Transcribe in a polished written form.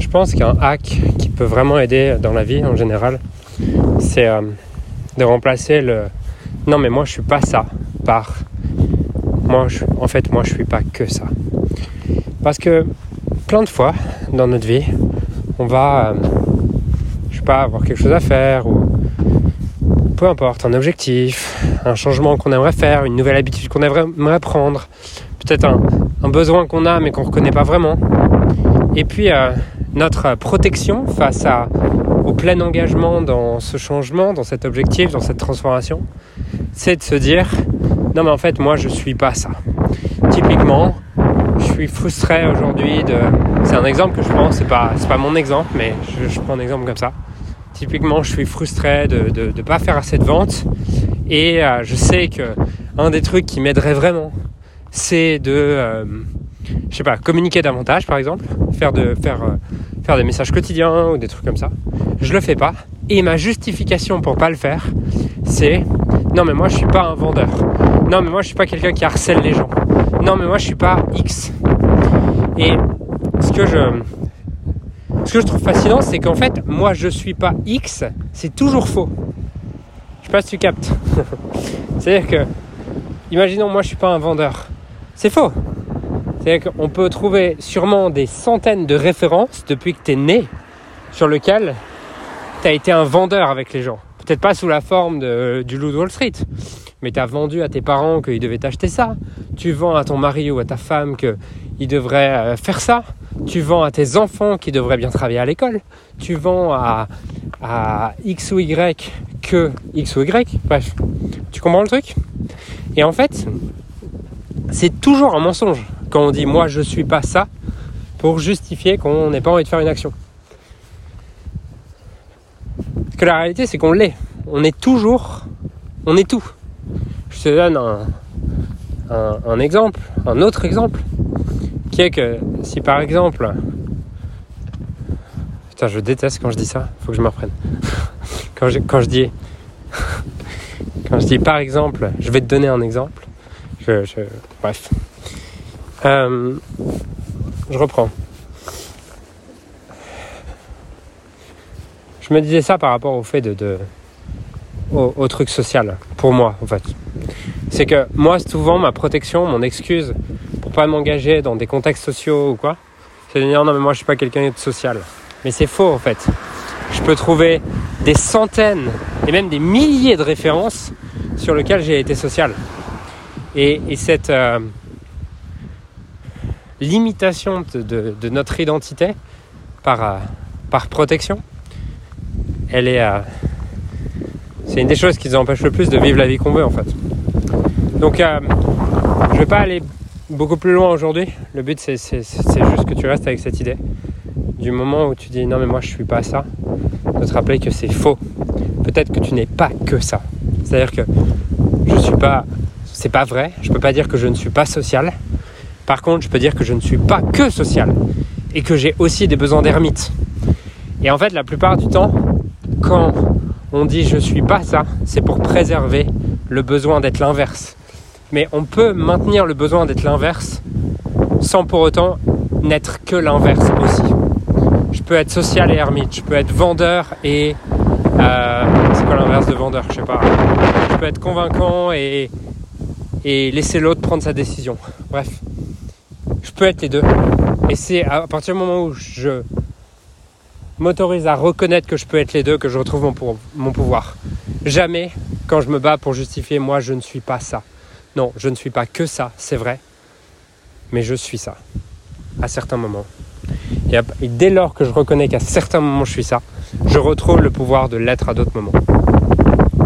je pense qu'un hack qui peut vraiment aider dans la vie en général, c'est de remplacer le « non mais moi je suis pas ça » par « moi je suis pas que ça ». Parce que plein de fois dans notre vie, on va avoir quelque chose à faire ou peu importe, un objectif, un changement qu'on aimerait faire, une nouvelle habitude qu'on aimerait prendre, peut-être un besoin qu'on a mais qu'on ne reconnaît pas vraiment. Et puis notre protection face au plein engagement dans ce changement, dans cet objectif, dans cette transformation, c'est de se dire « non mais en fait moi je suis pas ça ». Typiquement, je suis frustré aujourd'hui c'est un exemple que je prends, c'est pas mon exemple mais je prends un exemple comme ça. Typiquement, je suis frustré de ne pas faire assez de ventes et je sais qu'un des trucs qui m'aiderait vraiment, c'est de, communiquer davantage par exemple, faire des messages quotidiens ou des trucs comme ça. Je le fais pas et ma justification pour pas le faire, c'est non mais moi je suis pas un vendeur, non mais moi je suis pas quelqu'un qui harcèle les gens, non mais moi je suis pas X. Et ce que je trouve fascinant, c'est qu'en fait, moi je suis pas X, c'est toujours faux. Je sais pas si tu captes. C'est-à-dire que, imaginons moi je suis pas un vendeur. C'est faux. C'est-à-dire qu'on peut trouver sûrement des centaines de références depuis que t'es né sur lequel t'as été un vendeur avec les gens. Peut-être pas sous la forme du loup de Wall Street, mais t'as vendu à tes parents qu'ils devaient t'acheter ça. Tu vends à ton mari ou à ta femme qu'ils devraient faire ça. Tu vends à tes enfants qui devraient bien travailler à l'école. Tu vends à X ou Y que X ou Y. Bref, tu comprends le truc ? Et en fait, c'est toujours un mensonge quand on dit « moi, je suis pas ça » pour justifier qu'on n'ait pas envie de faire une action. Parce que la réalité, c'est qu'on l'est. On est tout. Je te donne un exemple, un autre exemple. Qui est que si par exemple... Putain, je déteste quand je dis ça, faut que je me reprenne. quand je dis par exemple, je vais te donner un exemple. Bref. Je reprends. Je me disais ça par rapport au fait au truc social, pour moi en fait. C'est que moi, souvent, ma protection, mon excuse pour pas m'engager dans des contextes sociaux ou quoi, c'est de dire non mais moi je suis pas quelqu'un de social. Mais c'est faux en fait. Je peux trouver des centaines et même des milliers de références sur lesquelles j'ai été social. Et cette limitation de notre identité par protection, elle est c'est une des choses qui nous empêche le plus de vivre la vie qu'on veut en fait. Donc je vais pas aller beaucoup plus loin aujourd'hui. Le but c'est juste que tu restes avec cette idée. Du moment où tu dis non mais moi je suis pas ça, de te rappeler que c'est faux. Peut-être que tu n'es pas que ça. C'est-à-dire que c'est pas vrai. Je peux pas dire que je ne suis pas social. Par contre, je peux dire que je ne suis pas que social et que j'ai aussi des besoins d'ermite. Et en fait, la plupart du temps, quand on dit je suis pas ça, c'est pour préserver le besoin d'être l'inverse. Mais on peut maintenir le besoin d'être l'inverse sans pour autant n'être que l'inverse aussi. Je peux être social et ermite, je peux être vendeur et... c'est quoi l'inverse de vendeur ? Je sais pas. Je peux être convaincant et laisser l'autre prendre sa décision. Bref, je peux être les deux. Et c'est à partir du moment où je m'autorise à reconnaître que je peux être les deux que je retrouve mon pouvoir. Jamais quand je me bats pour justifier moi je ne suis pas ça. Non, je ne suis pas que ça, c'est vrai. Mais je suis ça. À certains moments. Et dès lors que je reconnais qu'à certains moments je suis ça, je retrouve le pouvoir de l'être à d'autres moments.